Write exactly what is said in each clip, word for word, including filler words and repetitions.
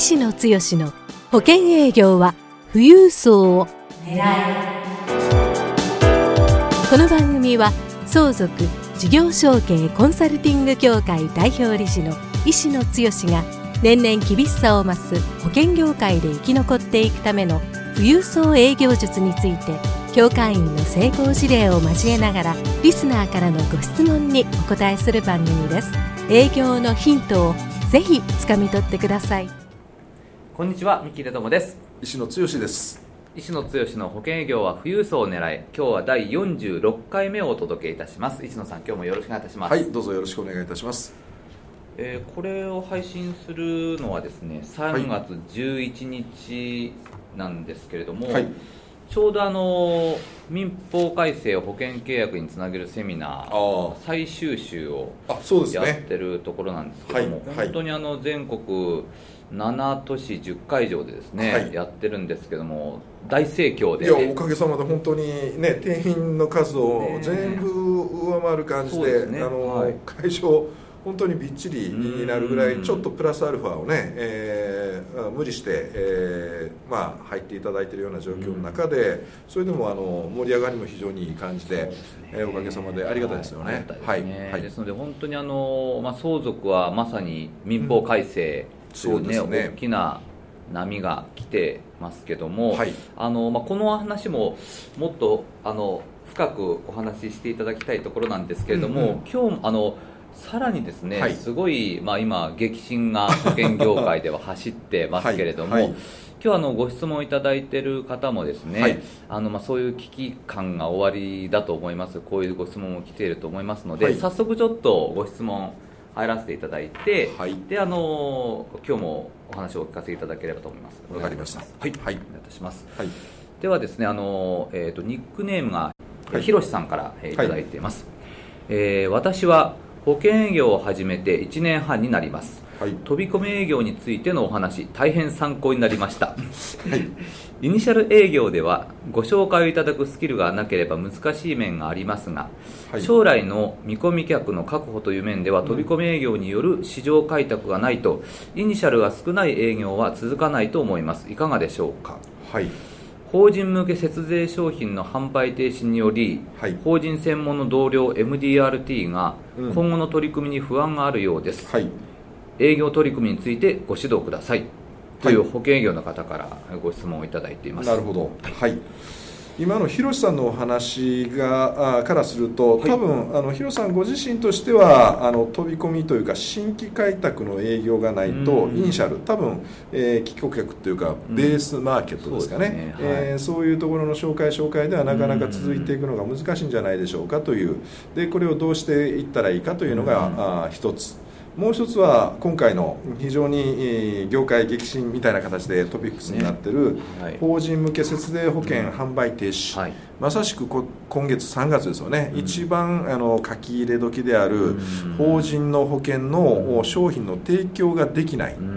石野剛の保険営業は富裕層を狙え。この番組は相続事業承継コンサルティング協会代表理事の石野剛が年々厳しさを増す保険業界で生き残っていくための富裕層営業術について、協会員の成功事例を交えながらリスナーからのご質問にお答えする番組です。営業のヒントをぜひつかみ取ってください。 こんにちは、三木秀友です。 石野剛です。 石野剛の保険営業は富裕層を狙え。今日はだいよんじゅうろっかいめをお届けいたします。石野さん、今日もよろしくお願いいたします。 はい、どうぞよろしくお願いいたします。 えー、これを配信するのはですね、さんがつじゅういちにちなんですけれども、はい、ちょうどあの民法改正保険契約につなげるセミナー最終週をやってるところなんですけども、ね、はい、本当にあの全国ななとしじゅっかいじょうでですね、はい、やってるんですけども、大盛況で、 いやおかげさまで本当にね、定員の数を全部上回る感じで、ね、あの、はい、会場本当にびっちりになるぐらい、ちょっとプラスアルファをね、えー、無理して、えーまあ、入っていただいているような状況の中で、それでもあの盛り上がりも非常にいい感じで、で、ねえー、おかげさまでありがたいですよね。 はい、はい、ですので本当にあの、まあ、相続はまさに民法改正という、ね、うん、そうですね、大きな波が来てますけども、はい、あのまあ、この話ももっとあの深くお話ししていただきたいところなんですけれども、うんうん、今日あのさらにですね、はい、すごい、まあ、今激震が保険業界では走ってますけれども、はいはい、今日あのご質問いただいている方もですね、はい、あのまあそういう危機感が終わりだと思います。こういうご質問も来ていると思いますので、はい、早速ちょっとご質問入らせていただいて、はい、であの今日もお話をお聞かせいただければと思います。 わかりました。はい、 はい、お願いいたします。はい、ではですね、あの、えーと、ニックネームが、はい、ひろしさんから、えー、いただいています。はい、えー、私は保険営業を始めていちねんはんになります。はい、飛び込み営業についてのお話、大変参考になりました。はい、イニシャル営業ではご紹介をいただくスキルがなければ難しい面がありますが、はい、将来の見込み客の確保という面では飛び込み営業による市場開拓がないと、イニシャルが少ない営業は続かないと思います。いかがでしょうか。はい、法人向け節税商品の販売停止により、はい、法人専門の同僚 エムディーアールティー が今後の取り組みに不安があるようです。はい、営業取り組みについてご指導ください、という保険営業の方からご質問をいただいています。 なるほど、はい、今の広瀬さんのお話がからすると、多分、はい、あの広瀬さんご自身としてはあの飛び込みというか新規開拓の営業がないと、イニシャル多分、えー、帰国客というかベースマーケットですかね、そうですね、はい、えー、そういうところの紹介紹介ではなかなか続いていくのが難しいんじゃないでしょうかという、でこれをどうしていったらいいかというのが、あ一つ。もう一つは今回の非常に業界激震みたいな形でトピックスになっている法人向け節税保険販売停止、はい、まさしく今月さんがつですよね、うん、一番あの書き入れ時である法人の保険の商品の提供ができない、うん、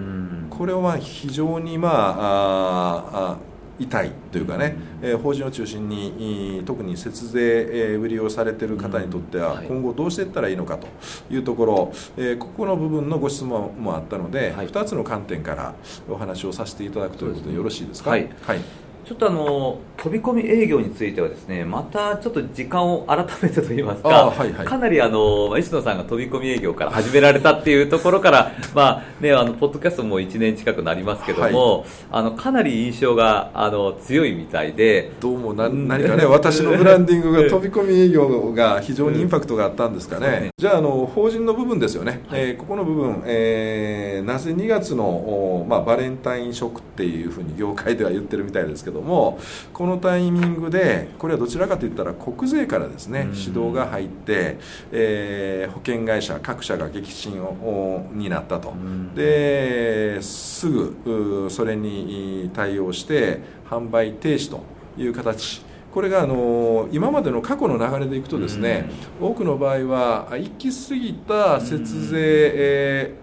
これは非常にまあ、ああ痛いというかね、えー、法人を中心に特に節税、えー、売りをされている方にとっては今後どうしていったらいいのかというところ、えー、ここの部分のご質問もあったので、はい、ふたつの観点からお話をさせていただくということでよろしいですか。はい、はい、 ちょっとあの飛び込み営業についてはですね、またちょっと時間を改めてといいますか、はいはい、かなりあの石野さんが飛び込み営業から始められたっていうところからまあね、あのポッドキャストもいちねん近くなりますけども、はい、あのかなり印象があの強いみたいで、 どうもな何かね私のブランディングが飛び込み営業が非常にインパクトがあったんですかね。ね、じゃあ、あの法人の部分ですよね、はい、えー、ここの部分、えー、なぜにがつの、まあ、バレンタイン食っていうふうに業界では言ってるみたいですけども、このタイミングでこれはどちらかといったら国税からですね、指導が入って、えー、保険会社各社が激震をになったと、ですぐそれに対応して販売停止という形、これがあの今までの過去の流れでいくとですね、多くの場合は行き過ぎた節税、えー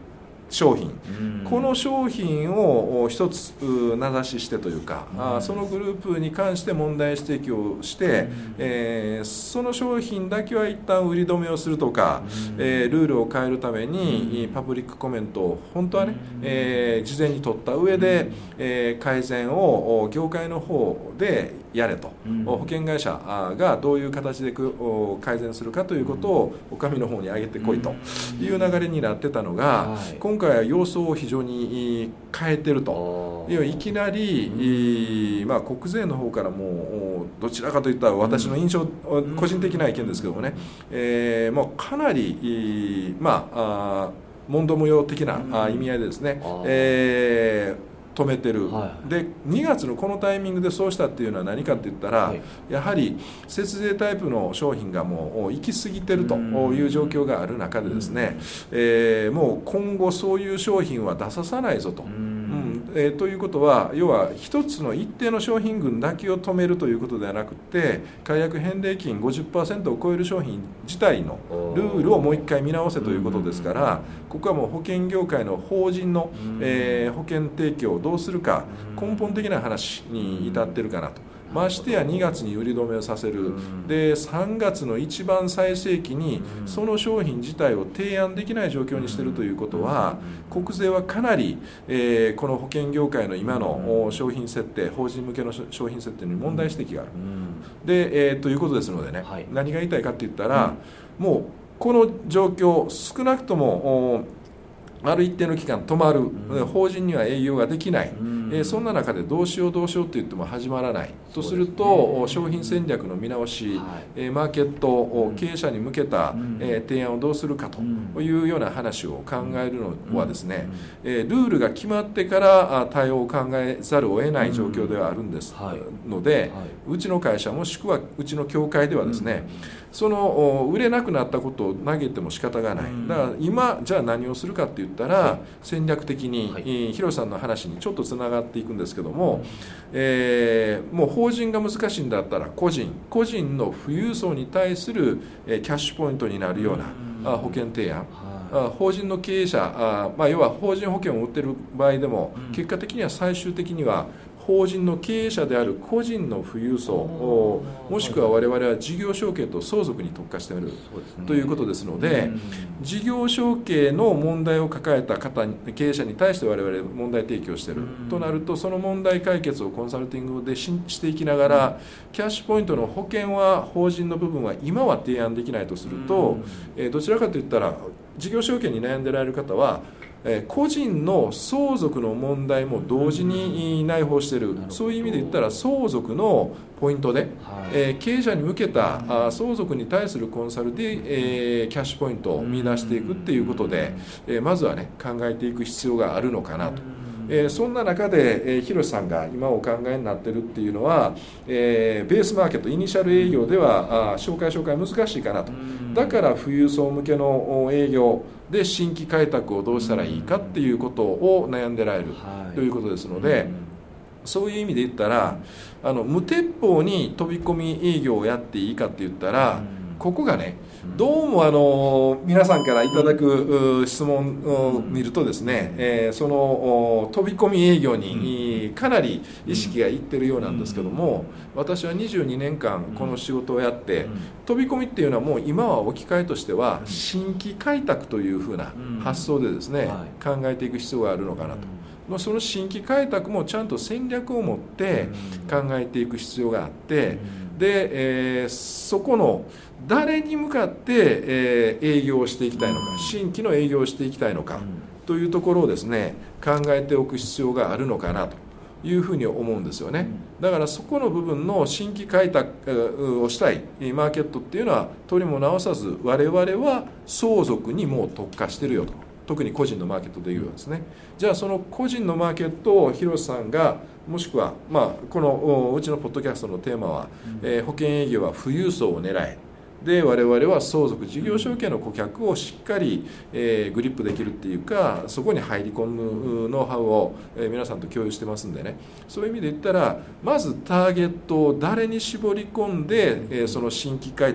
商品、この商品を一つ名指ししてというか、うん、そのグループに関して問題指摘をして、うんえー、その商品だけは一旦売り止めをするとか、うんえー、ルールを変えるために、うん、パブリックコメントを本当はね、うんえー、事前に取った上で、うんえー、改善を業界の方でやれと、うん、保険会社がどういう形で改善するかということをお上の方に上げてこいという流れになってたのが、うんはい、今回は様相を非常に変えてると。いきなり、うんまあ、国税の方からもどちらかといったら私の印象、うん、個人的な意見ですけどもね、えー、もうかなり、まあ、あ問答無用的な、うん、意味合いでですね、えー止めてる、はい、でにがつのこのタイミングでそうしたっていうのは何かって言ったら、はい、やはり節税タイプの商品がもう行き過ぎてるという状況がある中でですね、えー、もう今後そういう商品は出ささないぞと。うんえー、ということは要は一つの一定の商品群だけを止めるということではなくて解約返礼金 ごじゅっパーセント を超える商品自体のルールをもう一回見直せということですからここはもう保険業界の法人の、えー、保険提供をどうするか根本的な話に至ってるかなと。ましてやにがつに売り止めをさせる、でさんがつの一番最盛期にその商品自体を提案できない状況にしているということは国税はかなり、えー、この保険業界の今の商品設定法人向けの商品設定に問題指摘がある、で、えー、ということですのでね、はい、何が言いたいかって言ったら、うん、もうこの状況少なくともある一定の期間止まる、うん、法人には営業ができない、うんえー、そんな中でどうしようどうしようと言っても始まらないとすると、ね、商品戦略の見直し、はいえー、マーケットを経営者に向けた、うんえー、提案をどうするかというような話を考えるのはですね、うんえー、ルールが決まってから対応を考えざるを得ない状況ではあるんです、うんはい、ので、はいうちの会社もしくはうちの協会ではですね、うん、その売れなくなったことを嘆いても仕方がない、うん、だから今じゃあ何をするかって言ったら、はい、戦略的に、はい、広瀬さんの話にちょっとつながっていくんですけども、うんえー、もう法人が難しいんだったら個人個人の富裕層に対する、えー、キャッシュポイントになるような、うん、あ保険提案、はい、法人の経営者あ、まあ、要は法人保険を売っている場合でも、うん、結果的には最終的には法人の経営者である個人の富裕層もしくは我々は事業承継と相続に特化しているということですので、事業承継の問題を抱えた方経営者に対して我々問題提供しているとなるとその問題解決をコンサルティングでししていきながらキャッシュポイントの保険は法人の部分は今は提案できないとするとどちらかといったら事業承継に悩んでおられる方は個人の相続の問題も同時に内包している、そういう意味で言ったら相続のポイントで、はいえー、経営者に向けた相続に対するコンサルで、えー、キャッシュポイントを見出していくっていうことで、えー、まずはね考えていく必要があるのかなと。えー、そんな中で、えー、広瀬さんが今お考えになっているっていうのは、えー、ベースマーケットイニシャル営業ではあ紹介紹介難しいかなと。だから富裕層向けの営業で新規開拓をどうしたらいいかっていうことを悩んでられるということですので、そういう意味で言ったらあの無鉄砲に飛び込み営業をやっていいかって言ったらここがねどうもあの皆さんからいただく質問を見るとですね、えー、その飛び込み営業にかなり意識がいってるようなんですけども、私はにじゅうにねんかんこの仕事をやって飛び込みっていうのはもう今は置き換えとしては新規開拓というふうな発想でですね考えていく必要があるのかなと。その新規開拓もちゃんと戦略を持って考えていく必要があってで、えー、そこの誰に向かって、えー、営業をしていきたいのか新規の営業をしていきたいのかというところをですね考えておく必要があるのかなというふうに思うんですよね。だからそこの部分の新規開拓をしたいマーケットっていうのは取りも直さず我々は相続にもう特化してるよと。特に個人のマーケットでいうですね。じゃあその個人のマーケットを広瀬さんがもしくは、まあ、このうちのポッドキャストのテーマは、うんえー、保険営業は富裕層を狙えで我々は相続事業承継の顧客をしっかり、えー、グリップできるっていうかそこに入り込むノウハウを、えー、皆さんと共有してますんでねそういう意味で言ったらまずターゲットを誰に絞り込んで、えー、その新規開拓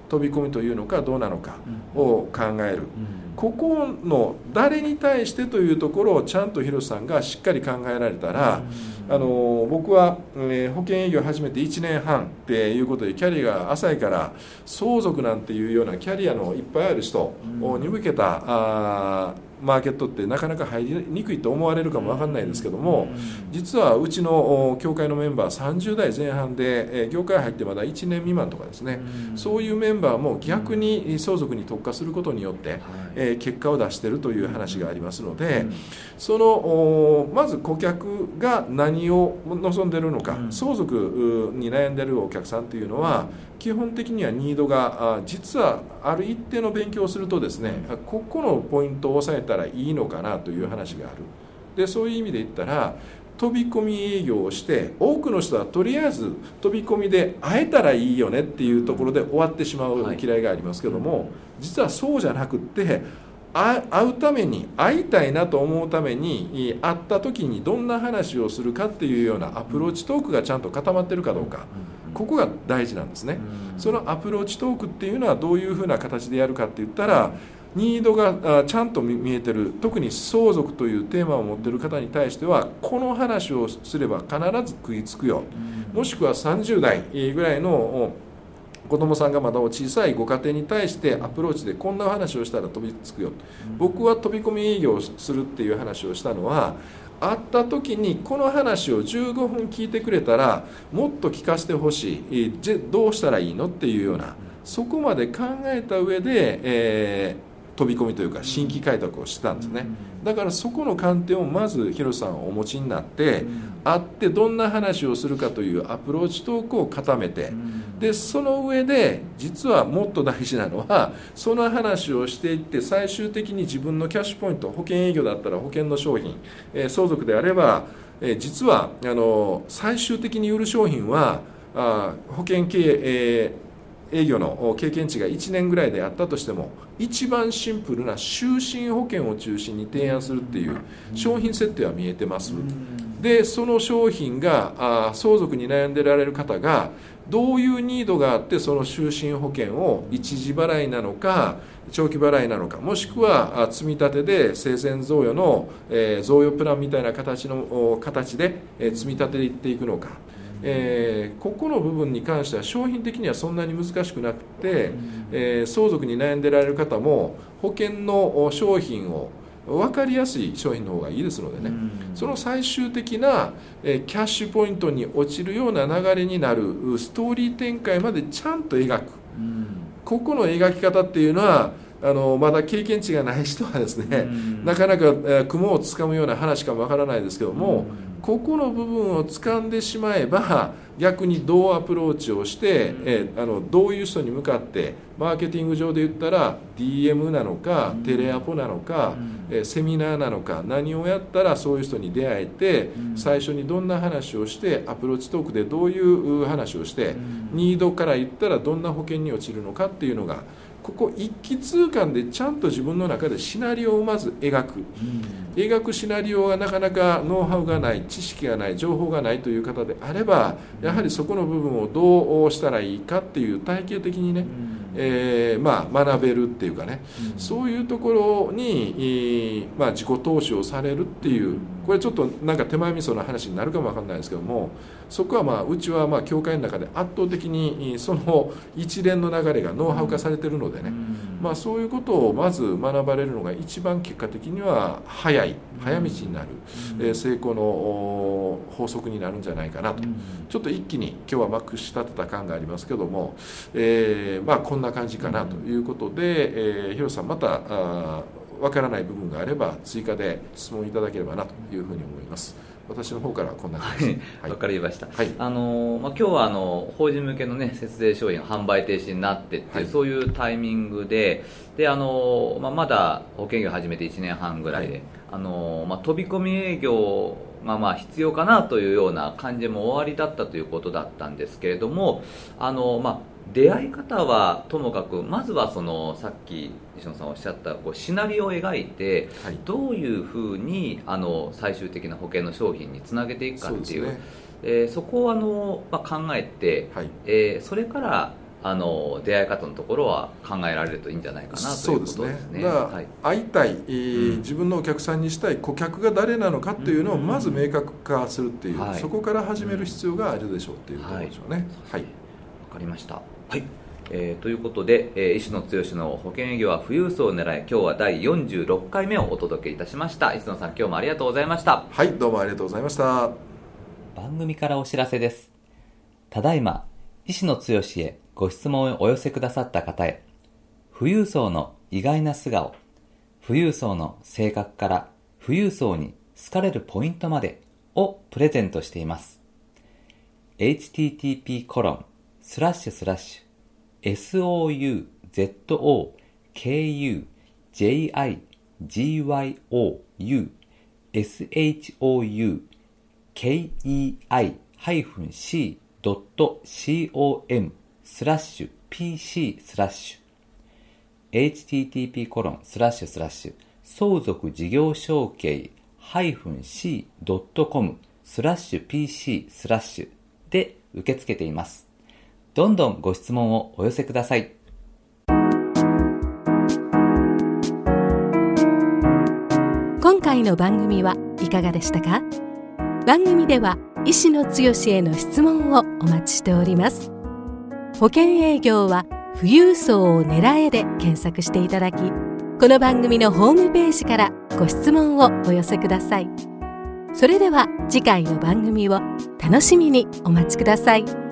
飛び込みというのかどうなのかを考える、うん、ここの誰に対してというところをちゃんと広瀬さんがしっかり考えられたら、うん、あの僕は、えー、保険営業を始めていちねんはんっていうことでキャリアが浅いから相続なんていうようなキャリアのいっぱいある人に向けた、うん、あマーケットってなかなか入りにくいと思われるかも分かんないですけども、実はうちの協会のメンバーさんじゅう代前半で業界入ってまだいちねん未満とかですね、そういうメンバーも逆に相続に特化することによって結果を出しているという話がありますので、そのまず顧客が何を望んでいるのか、相続に悩んでいるお客さんというのは基本的にはニードが実はある一定の勉強をするとですね、ここのポイントを押さえたらいいのかなという話がある。でそういう意味で言ったら飛び込み営業をして多くの人はとりあえず飛び込みで会えたらいいよねっていうところで終わってしまう嫌いがありますけども、はい、実はそうじゃなくって会うために会いたいなと思うために会った時にどんな話をするかっていうようなアプローチトークがちゃんと固まってるかどうか、ここが大事なんですね。そのアプローチトークっていうのはどういうふうな形でやるかって言ったら、ニードがちゃんと見えてる、特に相続というテーマを持っている方に対してはこの話をすれば必ず食いつくよ、もしくはさんじゅう代ぐらいの子供さんがまだお小さいご家庭に対してアプローチでこんな話をしたら飛びつくよ、僕は飛び込み営業をするっていう話をしたのは、会った時にこの話をじゅうごふん聞いてくれたらもっと聞かせてほしい、どうしたらいいのっていうような、そこまで考えた上で、えー飛び込みというか新規開拓をしてたんですね。だからそこの観点をまず広瀬さんはお持ちになって、会ってどんな話をするかというアプローチトークを固めて、でその上で実はもっと大事なのはその話をしていって最終的に自分のキャッシュポイント、保険営業だったら保険の商品、えー、相続であれば、えー、実はあの最終的に売る商品はあ保険経営、えー営業の経験値がいちねんぐらいであったとしても一番シンプルな終身保険を中心に提案するっていう商品設定は見えてます。でその商品が相続に悩んでられる方がどういうニードがあってその終身保険を一時払いなのか長期払いなのか、もしくは積み立てで生前贈与の贈与プランみたいな形の形で積み立てていっていくのか、えー、ここの部分に関しては商品的にはそんなに難しくなくて、えー、相続に悩んでられる方も保険の商品を分かりやすい商品の方がいいですのでね、その最終的な、えー、キャッシュポイントに落ちるような流れになるストーリー展開までちゃんと描く、ここの描き方っていうのはあのまだ経験値がない人はですね、なかなか、えー、雲をつかむような話かもわからないですけども、ここの部分を掴んでしまえば逆にどうアプローチをして、えー、あのどういう人に向かってマーケティング上で言ったら ディーエム なのかテレアポなのか、えー、セミナーなのか、何をやったらそういう人に出会えて最初にどんな話をしてアプローチトークでどういう話をしてニードから言ったらどんな保険に落ちるのかっていうのがここ一気通貫でちゃんと自分の中でシナリオをまず描く、描くシナリオがなかなかノウハウがない、知識がない、情報がないという方であればやはりそこの部分をどうしたらいいかっていう体系的にね、えーまあ、学べるっていうかね、そういうところに、まあ、自己投資をされるっていう、これちょっとなんか手前味噌の話になるかもわかんないですけども、そこはまあうちはまあ協会の中で圧倒的にその一連の流れがノウハウ化されているのでね、まあ、そういうことをまず学ばれるのが一番結果的には早い早道になる、えー、成功の法則になるんじゃないかなと、ちょっと一気に今日はまくし立てた感がありますけども、えー、まあこんな感じかなということで、えー、広瀬さんまたあわからない部分があれば追加で質問いただければなというふうに思います。私の方からこんな感じです。 はい、わかりました。 はい、 あのまあ、今日はあの法人向けのね節税商品販売停止になってって、はい、そういうタイミングで、であのまあ、まだ保険業始めていちねんはんぐらいで、はい、あのまあ、飛び込み営業がまあ必要かなというような感じも終わりだったということだったんですけれども、あのまあ出会い方はともかくまずはそのさっき西野さんおっしゃったこうシナリオを描いて、はい、どういうふうにあの最終的な保険の商品につなげていくかっていう、 そうですね、えー、そこをあの、まあ、考えて、はい、えー、それからあの出会い方のところは考えられるといいんじゃないかなということですね。 そうですね。だから、はい、会いたい、えーうん、自分のお客さんにしたい顧客が誰なのかというのをまず明確化するっていう、うん、そこから始める必要があるでしょうっていうところでしょうね。はい、わ、 かりました。はい。えー、ということで、えー、石野剛の保険営業は富裕層を狙い、今日はだいよんじゅうろっかいめをお届けいたしました。石野さん、今日もありがとうございました。 はい、どうもありがとうございました。 番組からお知らせです。ただいま石野剛へご質問をお寄せくださった方へ、富裕層の意外な素顔、富裕層の性格から富裕層に好かれるポイントまでをプレゼントしています。 エイチティーティーピーコロンスラッシュスラッシュエスオーユーゼットオーケーユージェイアイジーワイオーユーエスエイチオーユーケーイーアイシードットコムスラッシュピーシースラッシュ エイチティーティーピーコロンスラッシュスラッシュ相続事業承継 -c ドットコムスラッシュピーシースラッシュで受け付けています。どんどんご質問をお寄せください。 今回の番組はいかがでしたか？番組では石野剛への質問をお待ちしております。保険営業は富裕層を狙えで検索していただき、この番組のホームページからご質問をお寄せください。それでは次回の番組を楽しみにお待ちください。